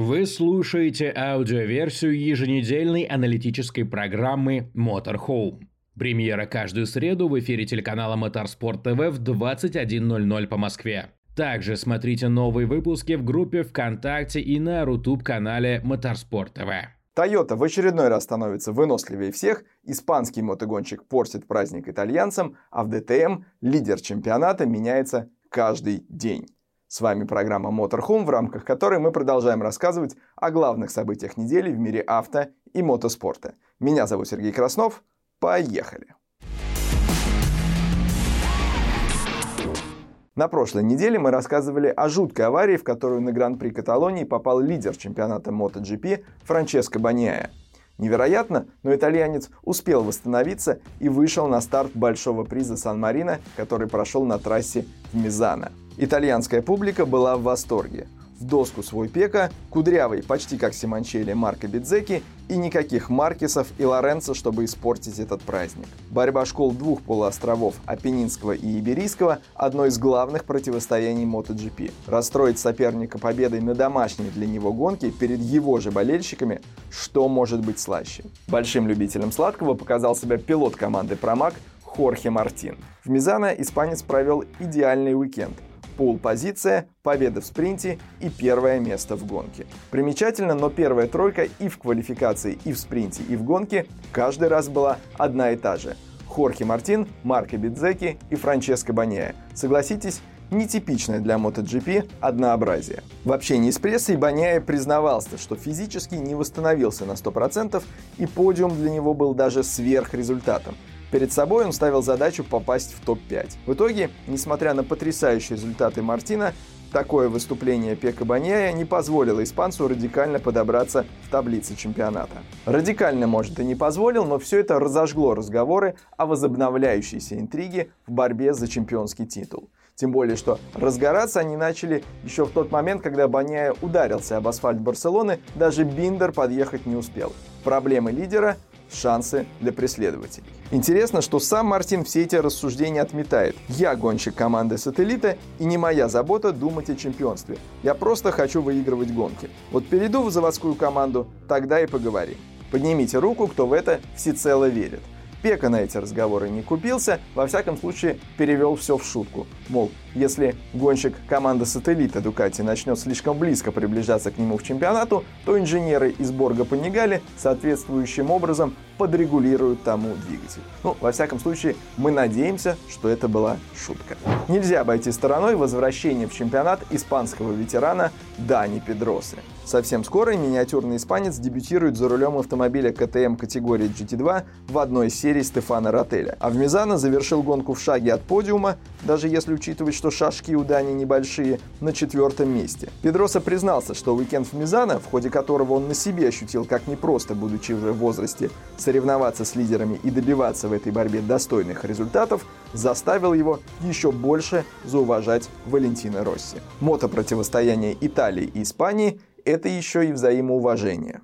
Вы слушаете аудиоверсию еженедельной аналитической программы Motorhome. Премьера каждую среду в эфире телеканала Motorsport TV в 21:00 по Москве. Также смотрите новые выпуски в группе ВКонтакте и на YouTube-канале Motorsport TV. Toyota в очередной раз становится выносливее всех, испанский мотогонщик портит праздник итальянцам, а в ДТМ лидер чемпионата меняется каждый день. С вами программа Motorhome, в рамках которой мы продолжаем рассказывать о главных событиях недели в мире авто и мотоспорта. Меня зовут Сергей Краснов. Поехали! На прошлой неделе мы рассказывали о жуткой аварии, в которую на Гран-при Каталонии попал лидер чемпионата MotoGP Франческо Баньяя. Невероятно, но итальянец успел восстановиться и вышел на старт большого приза Сан-Марино, который прошел на трассе в Мизано. Итальянская публика была в восторге. В доску свой Пека, кудрявый, почти как Симончелли, Марко Бидзекки и никаких Маркесов и Лоренцо, чтобы испортить этот праздник. Борьба школ двух полуостровов, Апеннинского и Иберийского, одно из главных противостояний MotoGP. Расстроить соперника победой на домашней для него гонке перед его же болельщиками, что может быть слаще. Большим любителем сладкого показал себя пилот команды Pромаг Хорхе Мартин. В Мизано испанец провел идеальный уикенд. Пол-позиция, победа в спринте и первое место в гонке. Примечательно, но первая тройка и в квалификации, и в спринте, и в гонке каждый раз была одна и та же. Хорхе Мартин, Марко Бидзекки и Франческо Баньяя. Согласитесь, нетипичное для MotoGP однообразие. В общении с прессой Баньяя признавался, что физически не восстановился на 100%, и подиум для него был даже сверхрезультатом. Перед собой он ставил задачу попасть в топ-5. В итоге, несмотря на потрясающие результаты Мартина, такое выступление Пеко Баньяя не позволило испанцу радикально подобраться в таблице чемпионата. Радикально, может, и не позволил, но все это разожгло разговоры о возобновляющейся интриге в борьбе за чемпионский титул. Тем более, что разгораться они начали еще в тот момент, когда Баньяя ударился об асфальт Барселоны, даже Биндер подъехать не успел. Проблемы лидера — шансы для преследователей. Интересно, что сам Мартин все эти рассуждения отметает. Я гонщик команды «Сателлита», и не моя забота думать о чемпионстве. Я просто хочу выигрывать гонки. Вот перейду в заводскую команду, тогда и поговорим. Поднимите руку, кто в это всецело верит. Пека на эти разговоры не купился, во всяком случае перевел все в шутку. Мол, если гонщик команды «Сателлита» Дукати начнет слишком близко приближаться к нему в чемпионату, то инженеры из Борго Панигали соответствующим образом подрегулируют тому двигатель. Во всяком случае, мы надеемся, что это была шутка. Нельзя обойти стороной возвращение в чемпионат испанского ветерана Дани Педросы. Совсем скоро миниатюрный испанец дебютирует за рулем автомобиля КТМ категории GT2 в одной из серий Стефано Ротеля. А в Мизано завершил гонку в шаге от подиума, даже если учитывать, что шажки у Дани небольшие, на 4-м месте. Педроса признался, что уикенд в Мизано, в ходе которого он на себе ощутил, как непросто, будучи уже в возрасте, соревноваться с лидерами и добиваться в этой борьбе достойных результатов, заставил его еще больше зауважать Валентино Росси. Мотопротивостояние Италии и Испании — это еще и взаимоуважение.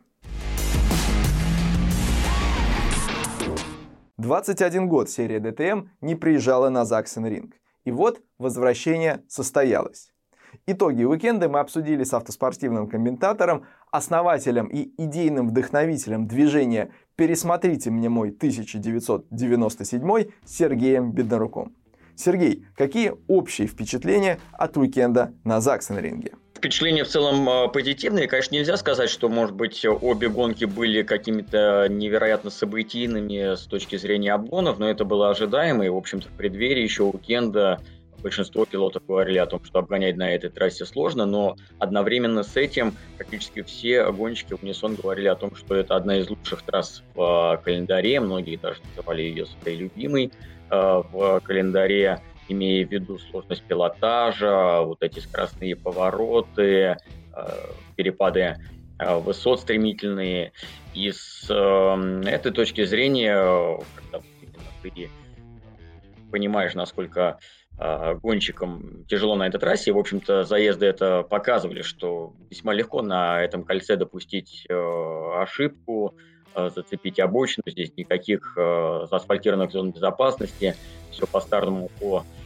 21 год серия DTM не приезжала на Саксенринг. И вот возвращение состоялось. Итоги уикенда мы обсудили с автоспортивным комментатором, основателем и идейным вдохновителем движения «Пересмотрите мне мой 1997» Сергеем Беднаруком. Сергей, какие общие впечатления от уикенда на Саксенринге? Впечатления в целом позитивные. Конечно, нельзя сказать, что, может быть, обе гонки были какими-то невероятно событийными с точки зрения обгонов, но это было ожидаемо. И, в общем-то, в преддверии еще уикенда большинство пилотов говорили о том, что обгонять на этой трассе сложно, но одновременно с этим практически все гонщики в унисон говорили о том, что это одна из лучших трасс в календаре. Многие даже называли ее своей любимой в календаре, имея в виду сложность пилотажа, вот эти скоростные повороты, перепады высот стремительные. И с этой точки зрения, когда ты понимаешь, насколько гонщикам тяжело на этой трассе, в общем-то, заезды это показывали, что весьма легко на этом кольце допустить ошибку, зацепить обочину, здесь никаких заасфальтированных зон безопасности, все по старому, по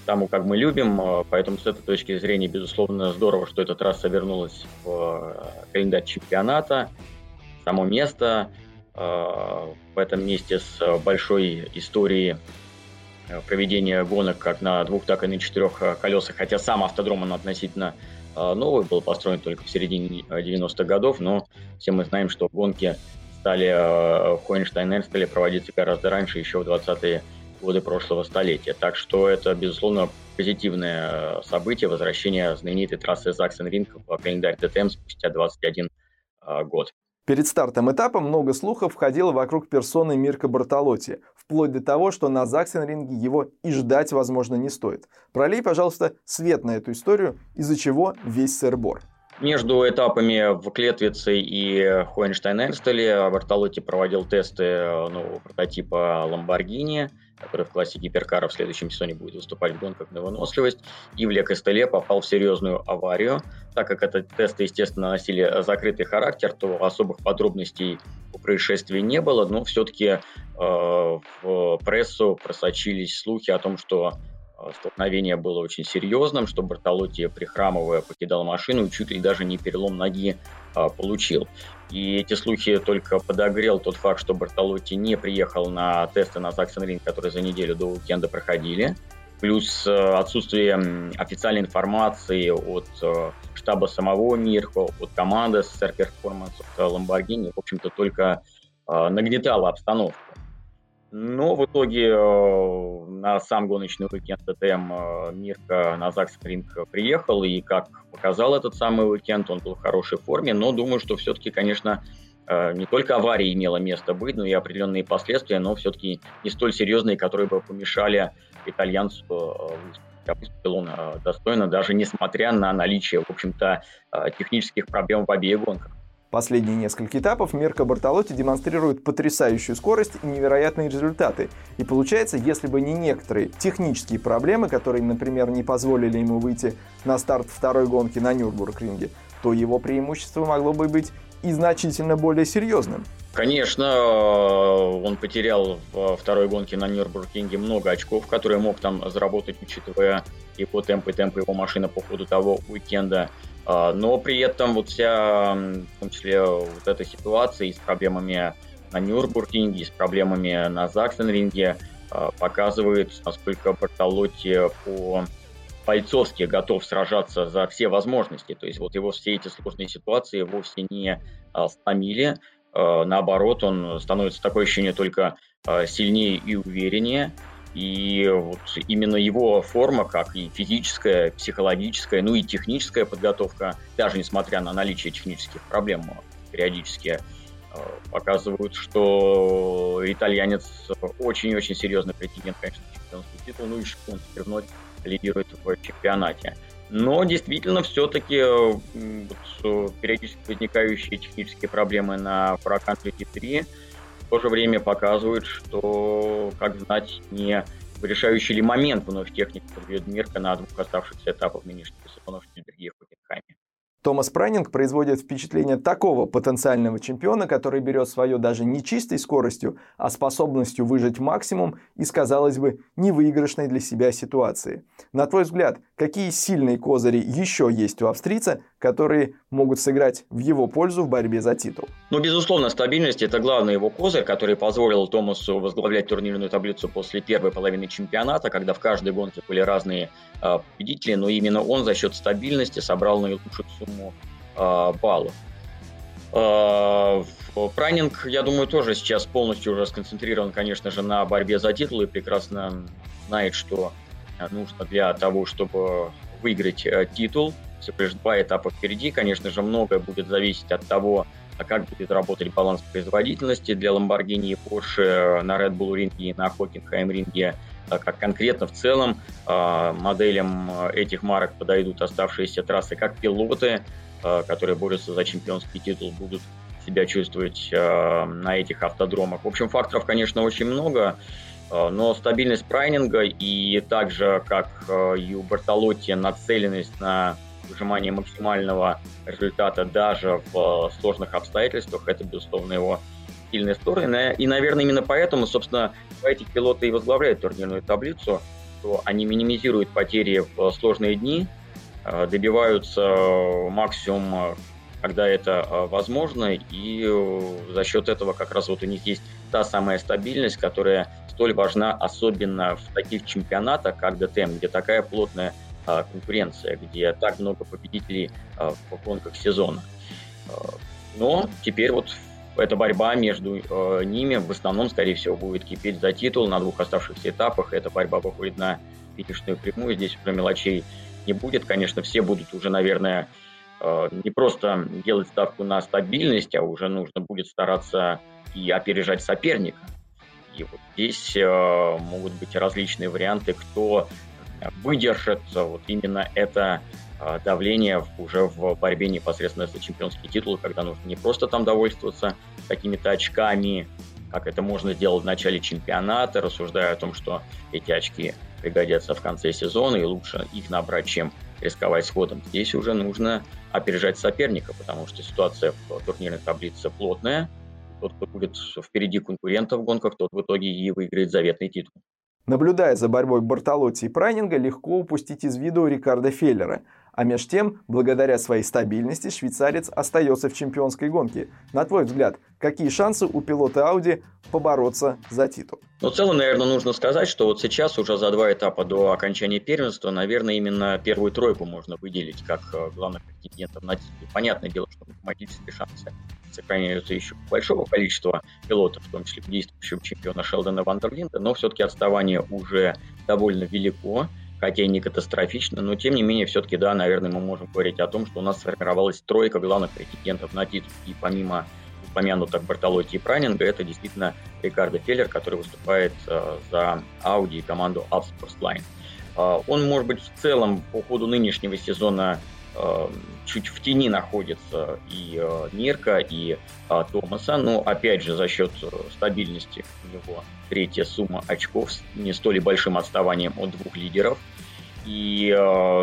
тому, как мы любим. Поэтому с этой точки зрения, безусловно, здорово, что эта трасса вернулась в календарь чемпионата. Само место в этом месте с большой историей проведения гонок как на двух, так и на четырех колесах. Хотя сам автодром он относительно новый, был построен только в середине 90-х годов, но все мы знаем, что гонки стали в Хоенштайн-Эрнстале проводиться гораздо раньше, еще в 20-е годы прошлого столетия. Так что это, безусловно, позитивное событие, возвращение знаменитой трассы Заксенринг в календарь ДТМ спустя 21 год. Перед стартом этапа много слухов входило вокруг персоны Мирко Бортолотти, вплоть до того, что на Заксенринге его и ждать, возможно, не стоит. Пролей, пожалуйста, свет на эту историю, из-за чего весь сыр-бор. Между этапами в Клетвице и Хоенштайн-Эрнстале Бортолотти проводил тесты нового прототипа Lamborghini, который в классе гиперкара в следующем сезоне будет выступать в гонках на выносливость, и в Ле-Кастеле попал в серьезную аварию. Так как это тесты, естественно, носили закрытый характер, то особых подробностей о происшествии не было, но все-таки в прессу просочились слухи о том, что столкновение было очень серьезным, что Бортолотти, прихрамывая, покидал машину и чуть ли даже не перелом ноги получил. И эти слухи только подогрел тот факт, что Бортолотти не приехал на тесты на Заксенринг, которые за неделю до уикенда проходили. Плюс отсутствие официальной информации от штаба самого Мирко, от команды SSR Performance, от Lamborghini, в общем-то, только нагнетало обстановку. Но в итоге на сам гоночный уикенд ДТМ Мирко на Заксенринг приехал, и, как показал этот самый уикенд, он был в хорошей форме, но думаю, что все-таки, конечно, не только авария имела место быть, но и определенные последствия, но все-таки не столь серьезные, которые бы помешали итальянцу выступить. Выступил он достойно, даже несмотря на наличие, в общем-то, технических проблем в обеих гонках. Последние несколько этапов Мирко Бортолотти демонстрирует потрясающую скорость и невероятные результаты. И получается, если бы не некоторые технические проблемы, которые, например, не позволили ему выйти на старт второй гонки на Нюрбургринге, то его преимущество могло бы быть и значительно более серьезным. Конечно, он потерял в второй гонке на Нюрбургринге много очков, которые мог там заработать, учитывая его темп и темп его машины по ходу того уикенда. Но при этом вот вся, в том числе вот эта ситуация и с проблемами на Нюрбургринге, и с проблемами на Заксенринге показывает, насколько Бортолотти по-бойцовски готов сражаться за все возможности. То есть вот его все эти сложные ситуации вовсе не сломили. Наоборот, он становится, такое ощущение, только сильнее и увереннее. И вот именно его форма, как и физическая, психологическая, ну и техническая подготовка, даже несмотря на наличие технических проблем периодически, показывают, что итальянец очень-очень серьезный претендент, конечно, на чемпионский титул, ну и он теперь вновь лидирует в чемпионате. Но действительно все-таки периодически возникающие технические проблемы на Huracan GT3 в то же время показывают, что, как знать, не решающий ли момент вновь техника подведет Мирко на двух оставшихся этапах нынешнего сезона в Шпильберге и Хокенхайме. Томас Прайнинг производит впечатление такого потенциального чемпиона, который берет свое даже не чистой скоростью, а способностью выжать максимум из, казалось бы, невыигрышной для себя ситуации. На твой взгляд, какие сильные козыри еще есть у австрийца, которые могут сыграть в его пользу в борьбе за титул? Ну, безусловно, стабильность – это главный его козырь, который позволил Томасу возглавлять турнирную таблицу после первой половины чемпионата, когда в каждой гонке были разные победители, но именно он за счет стабильности собрал наилучшую сумму баллов. Прайнинг, я думаю, тоже сейчас полностью уже сконцентрирован, конечно же, на борьбе за титул и прекрасно знает, что нужно для того, чтобы выиграть титул. Всего лишь 2 этапа впереди. Конечно же, многое будет зависеть от того, как будет работать баланс производительности для Lamborghini и Porsche на Red Bull ринге и на Hockenheim ринге. Как конкретно в целом моделям этих марок подойдут оставшиеся трассы, как пилоты, которые борются за чемпионский титул, будут себя чувствовать на этих автодромах. В общем, факторов, конечно, очень много, но стабильность Прайнинга и также, как и у Бортолотти, нацеленность на выжимание максимального результата даже в сложных обстоятельствах, это, безусловно, его сильные стороны. И, наверное, именно поэтому, собственно, эти пилоты и возглавляют турнирную таблицу, что они минимизируют потери в сложные дни, добиваются максимум, когда это возможно, и за счет этого как раз вот у них есть та самая стабильность, которая столь важна, особенно в таких чемпионатах, как ДТМ, где такая плотная конкуренция, где так много победителей в гонках сезона. Но теперь вот эта борьба между ними в основном, скорее всего, будет кипеть за титул на двух оставшихся этапах. Эта борьба выходит на финишную прямую, здесь уже мелочей не будет. Конечно, все будут уже, наверное, не просто делать ставку на стабильность, а уже нужно будет стараться и опережать соперника. И вот здесь могут быть различные варианты, кто выдержит вот именно это давление уже в борьбе непосредственно за чемпионский титул, когда нужно не просто там довольствоваться какими-то очками, как это можно сделать в начале чемпионата, рассуждая о том, что эти очки пригодятся в конце сезона и лучше их набрать, чем рисковать сходом. Здесь уже нужно опережать соперника, потому что ситуация в турнирной таблице плотная. Тот, кто будет впереди конкурентов в гонках, тот в итоге и выиграет заветный титул. Наблюдая за борьбой Бартолотти и Прайнинга, легко упустить из виду Рикардо Феллера. А меж тем, благодаря своей стабильности, швейцарец остается в чемпионской гонке. На твой взгляд, какие шансы у пилота Audi побороться за титул? Ну, в целом, наверное, нужно сказать, что вот сейчас уже за 2 этапа до окончания первенства, наверное, именно первую тройку можно выделить как главных претендентов на титул. Понятное дело, что математические шансы сохраняются еще большого количества пилотов, в том числе действующего чемпиона Шелдона Вандерлинда, но все-таки отставание уже довольно велико, хотя и не катастрофично, но тем не менее, все-таки, да, наверное, мы можем говорить о том, что у нас сформировалась тройка главных претендентов на титул, и помимо упомянутых Бартолотти и Прайнинга, это действительно Рикардо Феллер, который выступает за Audi и команду Alps Sportsline. Он, может быть, в целом по ходу нынешнего сезона чуть в тени находится и Мирка, и Томаса, но опять же за счет стабильности у него третья сумма очков с не столь большим отставанием от 2 лидеров. И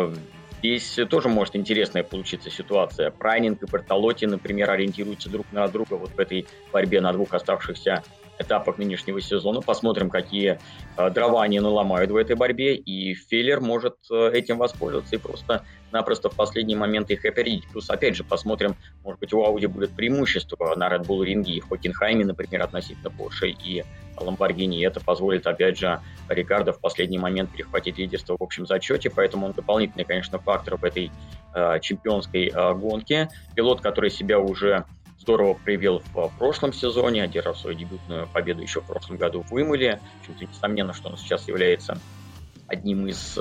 здесь тоже может интересная получиться ситуация. Прайнинг и Бартолотти, например, ориентируются друг на друга вот в этой борьбе на 2 оставшихся этапах нынешнего сезона. Посмотрим, какие дрова они наломают в этой борьбе, и Феллер может этим воспользоваться и просто-напросто в последний момент их опередить. Плюс, опять же, посмотрим, может быть, у Audi будет преимущество на Red Bull ринге и в Хокенхайме, например, относительно Porsche и Lamborghini. И это позволит, опять же, Рикардо в последний момент перехватить лидерство в общем зачете, поэтому он дополнительный, конечно, фактор в этой чемпионской гонке. Пилот, который себя уже здорово проявил в прошлом сезоне, одержав свою дебютную победу еще в прошлом году в Имоле. Несомненно, что он сейчас является одним из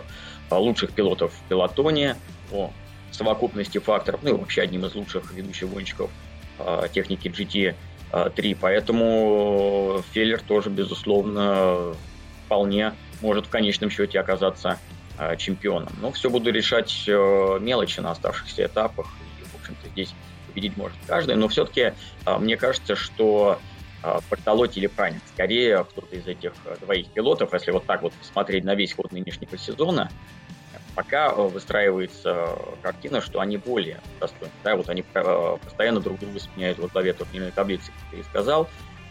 лучших пилотов в пелотоне по совокупности факторов, ну и вообще одним из лучших ведущих гонщиков техники GT3. Поэтому Феллер тоже, безусловно, вполне может в конечном счете оказаться чемпионом. Но все буду решать мелочи на оставшихся этапах. И, в общем-то, здесь победить может каждый, но все-таки мне кажется, что Бартолотти или Прайнинг, скорее кто-то из этих 2 пилотов, если вот так вот смотреть на весь ход нынешнего сезона, пока выстраивается картина, что они более достойны. Да, вот они постоянно друг друга сменяют во главе турнирной таблицы, как ты и сказал,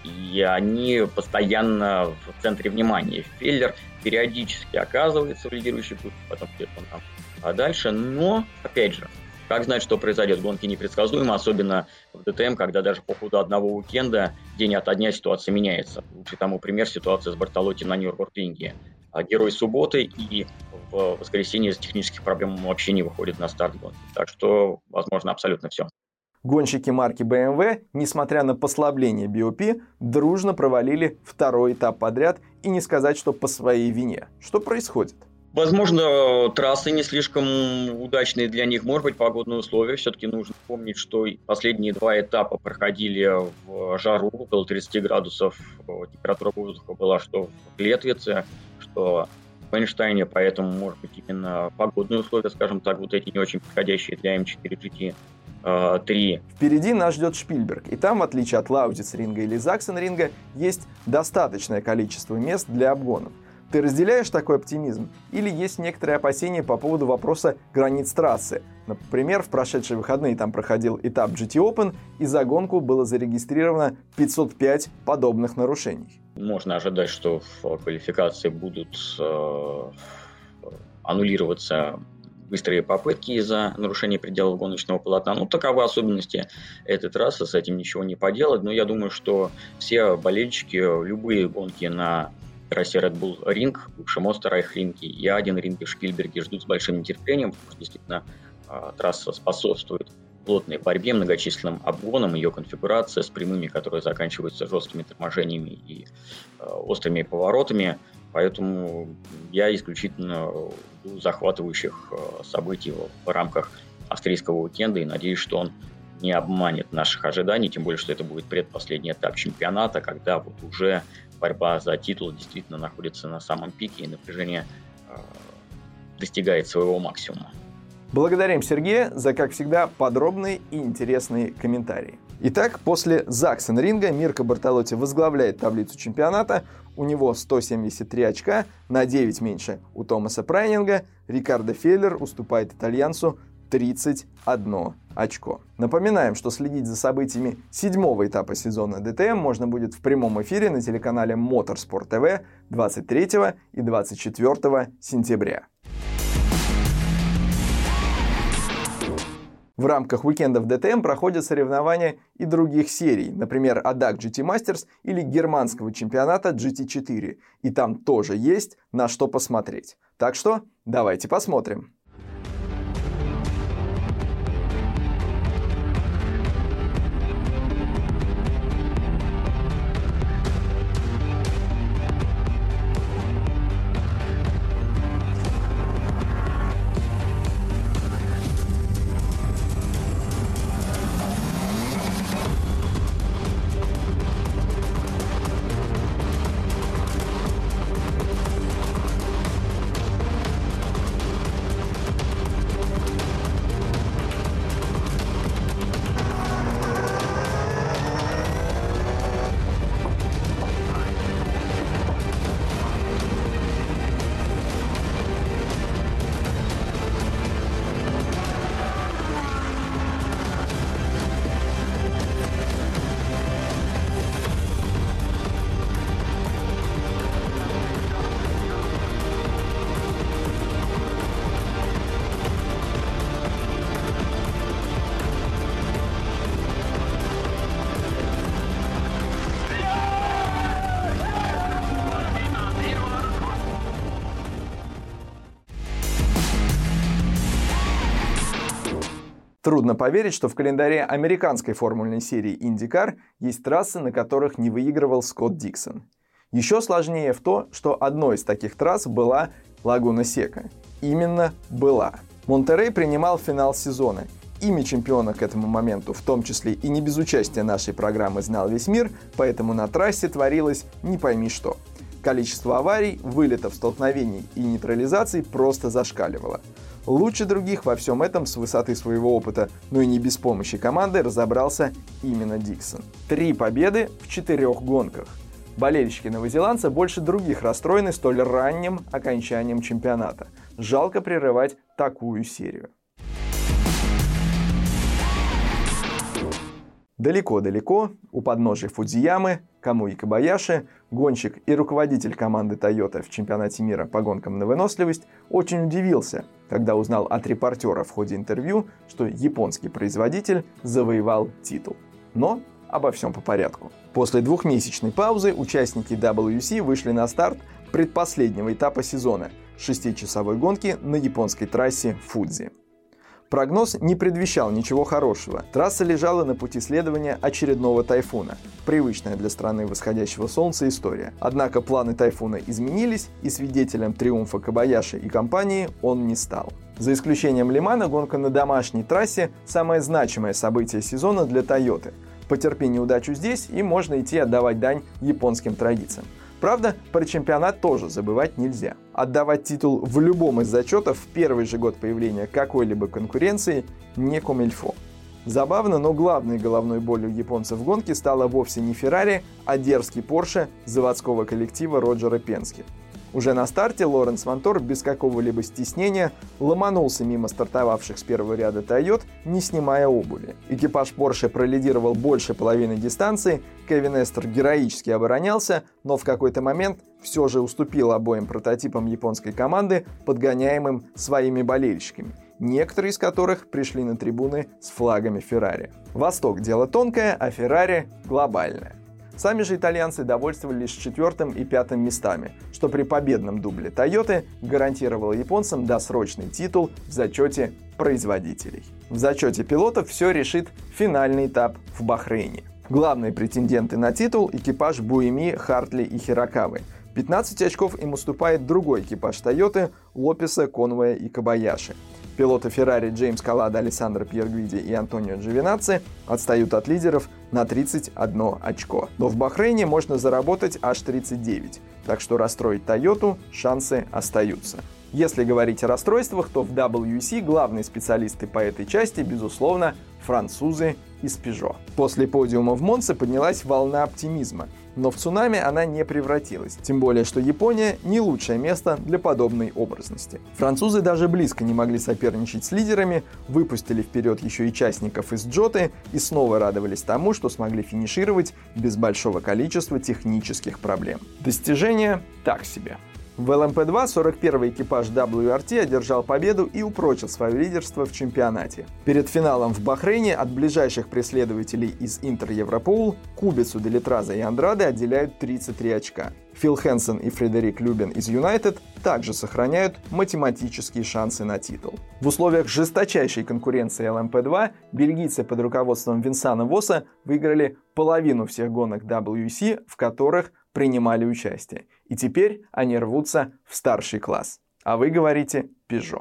и они постоянно в центре внимания. Феллер периодически оказывается в лидирующей группе, потом где-то он там, а дальше, но, опять же, как знать, что произойдет? Гонки непредсказуемы, особенно в ДТМ, когда даже по ходу одного уикенда день ото дня ситуация меняется. Лучший тому пример ситуация с Бартолотти на Нюрнбург-ринге. Герой субботы и в воскресенье из-за технических проблем вообще не выходит на старт гонки. Так что, возможно, абсолютно все. Гонщики марки BMW, несмотря на послабление BOP, дружно провалили 2-й этап подряд, и не сказать, что по своей вине. Что происходит? Возможно, трассы не слишком удачные для них, может быть, погодные условия. Все-таки нужно помнить, что последние 2 этапа проходили в жару, около 30 градусов. Температура воздуха была что в Летвице, что в Эйнштейне, поэтому, может быть, именно погодные условия, скажем так, вот эти не очень подходящие для М4 GT3. Впереди нас ждет Шпильберг, и там, в отличие от Лаудиц-ринга или Заксен-ринга, есть достаточное количество мест для обгонов. Ты разделяешь такой оптимизм? Или есть некоторые опасения по поводу вопроса границ трассы? Например, в прошедшие выходные там проходил этап GT Open, и за гонку было зарегистрировано 505 подобных нарушений. можно ожидать, что в квалификации будут аннулироваться быстрые попытки из-за нарушения пределов гоночного полотна. Таковы особенности этой трассы, с этим ничего не поделать. Но я думаю, что все болельщики любые гонки на трассе Red Bull Ring, бывшем Остеррайх-ринге и А1-ринге в Шпильберге ждут с большим нетерпением, потому что действительно трасса способствует плотной борьбе, многочисленным обгонам, ее конфигурация с прямыми, которые заканчиваются жесткими торможениями и острыми поворотами. Поэтому я исключительно жду захватывающих событий в рамках австрийского уикенда и надеюсь, что он не обманет наших ожиданий, тем более, что это будет предпоследний этап чемпионата, когда вот уже борьба за титул действительно находится на самом пике и напряжение достигает своего максимума. Благодарим Сергея за, как всегда, подробные и интересные комментарии. Итак, после Заксенринга Мирко Бортолотти возглавляет таблицу чемпионата. У него 173 очка, на 9 меньше у Томаса Прайнинга. Рикардо Феллер уступает итальянцу 31 очко. Напоминаем, что следить за событиями 7-го этапа сезона ДТМ можно будет в прямом эфире на телеканале Motorsport TV 23 и 24 сентября. В рамках уикендов ДТМ проходят соревнования и других серий, например, ADAC GT Masters или германского чемпионата GT4. И там тоже есть на что посмотреть. Так что давайте посмотрим. Трудно поверить, что в календаре американской формульной серии IndyCar есть трассы, на которых не выигрывал Скотт Диксон. Еще сложнее в то, что одной из таких трасс была Лагуна Сека. Именно была. Монтерей принимал финал сезона. Имя чемпиона к этому моменту, в том числе и не без участия нашей программы, знал весь мир, поэтому на трассе творилось не пойми что. Количество аварий, вылетов, столкновений и нейтрализаций просто зашкаливало. Лучше других во всем этом с высоты своего опыта, но и не без помощи команды, разобрался именно Диксон. 3 победы в 4 гонках. Болельщики новозеландца больше других расстроены столь ранним окончанием чемпионата. Жалко прерывать такую серию. Далеко-далеко, у подножия Фудзиямы, Камуи Кобаяши, гонщик и руководитель команды Toyota в чемпионате мира по гонкам на выносливость, очень удивился, когда узнал от репортера в ходе интервью, что японский производитель завоевал титул. Но обо всем по порядку. После 2-месячной паузы участники WEC вышли на старт предпоследнего этапа сезона – 6-часовой гонки на японской трассе Фудзи. Прогноз не предвещал ничего хорошего. Трасса лежала на пути следования очередного тайфуна. Привычная для страны восходящего солнца история. Однако планы тайфуна изменились, и свидетелем триумфа Кобаяши и компании он не стал. За исключением Лимана, гонка на домашней трассе – самое значимое событие сезона для Toyota. Потерпи неудачу здесь, и можно идти отдавать дань японским традициям. Правда, про чемпионат тоже забывать нельзя. Отдавать титул в любом из зачетов в первый же год появления какой-либо конкуренции не комильфо. Забавно, но главной головной болью японцев в гонке стала вовсе не Феррари, а дерзкий Порше заводского коллектива Роджера Пенски. Уже на старте Лоренс Монтор без какого-либо стеснения ломанулся мимо стартовавших с первого ряда Тойот, не снимая обуви. Экипаж Порше пролидировал больше половины дистанции, Кевин Эстер героически оборонялся, но в какой-то момент все же уступил обоим прототипам японской команды, подгоняемым своими болельщиками, некоторые из которых пришли на трибуны с флагами Феррари. Восток – дело тонкое, а Феррари – глобальное. Сами же итальянцы довольствовались 4 и 5 местами, что при победном дубле Тойоты гарантировало японцам досрочный титул в зачете производителей. В зачете пилотов все решит финальный этап в Бахрейне. Главные претенденты на титул – экипаж Буеми, Хартли и Хирокавы. 15 очков им уступает другой экипаж Тойоты – Лопеса, Конвоя и Кобаяши. Пилоты Феррари Джеймс Каллада, Алессандро Пьергвиди и Антонио Джовинаци отстают от лидеров на 31 очко. Но в Бахрейне можно заработать аж 39, так что расстроить Тойоту шансы остаются. Если говорить о расстройствах, то в WEC главные специалисты по этой части, безусловно, французы из Peugeot. После подиума в Монце поднялась волна оптимизма, но в цунами она не превратилась, тем более, что Япония не лучшее место для подобной образности. Французы даже близко не могли соперничать с лидерами, выпустили вперед еще и частников из Джоты и снова радовались тому, что смогли финишировать без большого количества технических проблем. Достижение так себе. В ЛМП-2 41-й экипаж WRT одержал победу и упрочил свое лидерство в чемпионате. Перед финалом в Бахрейне от ближайших преследователей из Интер Европоул Кубицу, Делитраза и Андрады отделяют 33 очка. Фил Хэнсон и Фредерик Любен из Юнайтед также сохраняют математические шансы на титул. В условиях жесточайшей конкуренции ЛМП-2 бельгийцы под руководством Винсана Восса выиграли половину всех гонок WEC, в которых принимали участие. И теперь они рвутся в старший класс. А вы говорите Peugeot.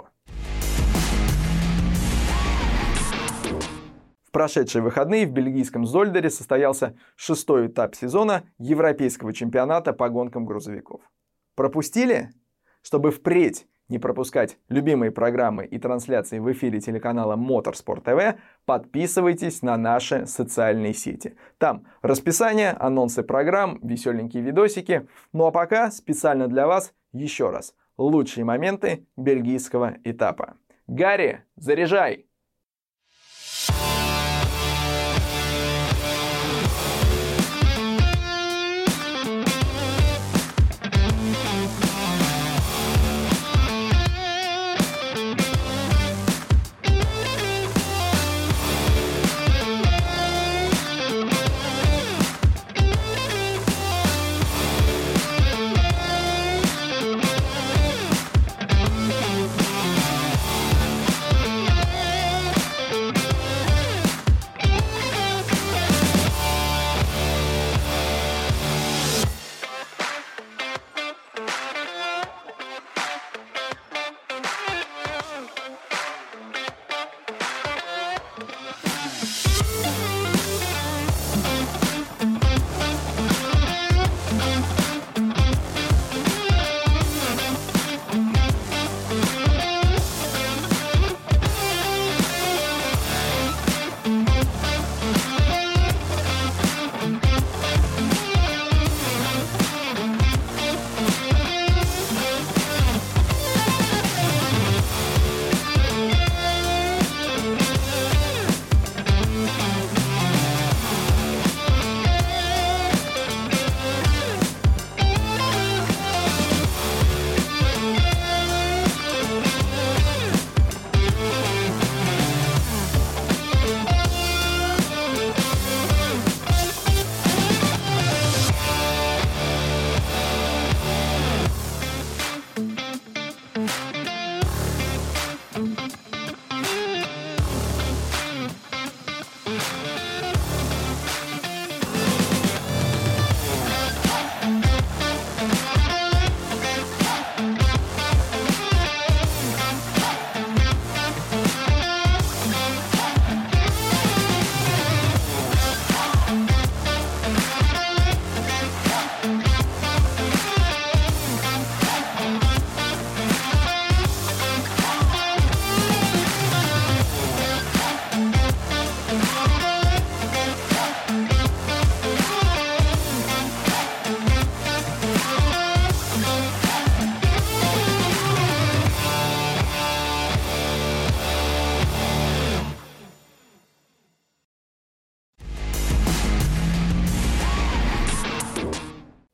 В прошедшие выходные в бельгийском Зольдере состоялся 6-й этап сезона Европейского чемпионата по гонкам грузовиков. Пропустили? Чтобы впредь не пропускать любимые программы и трансляции в эфире телеканала Motorsport TV, подписывайтесь на наши социальные сети. Там расписание, анонсы программ, веселенькие видосики. Ну а пока специально для вас еще раз лучшие моменты бельгийского этапа. Гарри, заряжай!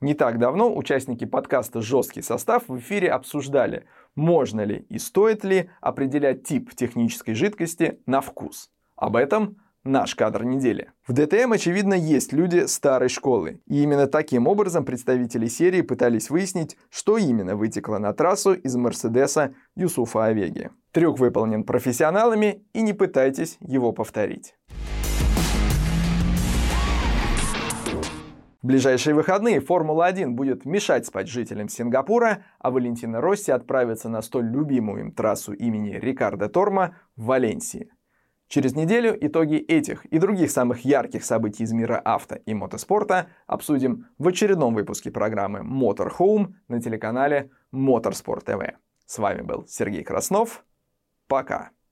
Не так давно участники подкаста «Жесткий состав» в эфире обсуждали, можно ли и стоит ли определять тип технической жидкости на вкус. Об этом наш кадр недели. В ДТМ, очевидно, есть люди старой школы. И именно таким образом представители серии пытались выяснить, что именно вытекло на трассу из Мерседеса Юсуфа Овеги. Трюк выполнен профессионалами, и не пытайтесь его повторить. В ближайшие выходные Формула-1 будет мешать спать жителям Сингапура, а Валентино Росси отправится на столь любимую им трассу имени Рикардо Тормо в Валенсии. Через неделю итоги этих и других самых ярких событий из мира авто и мотоспорта обсудим в очередном выпуске программы Motor Home на телеканале Motorsport TV. С вами был Сергей Краснов. Пока.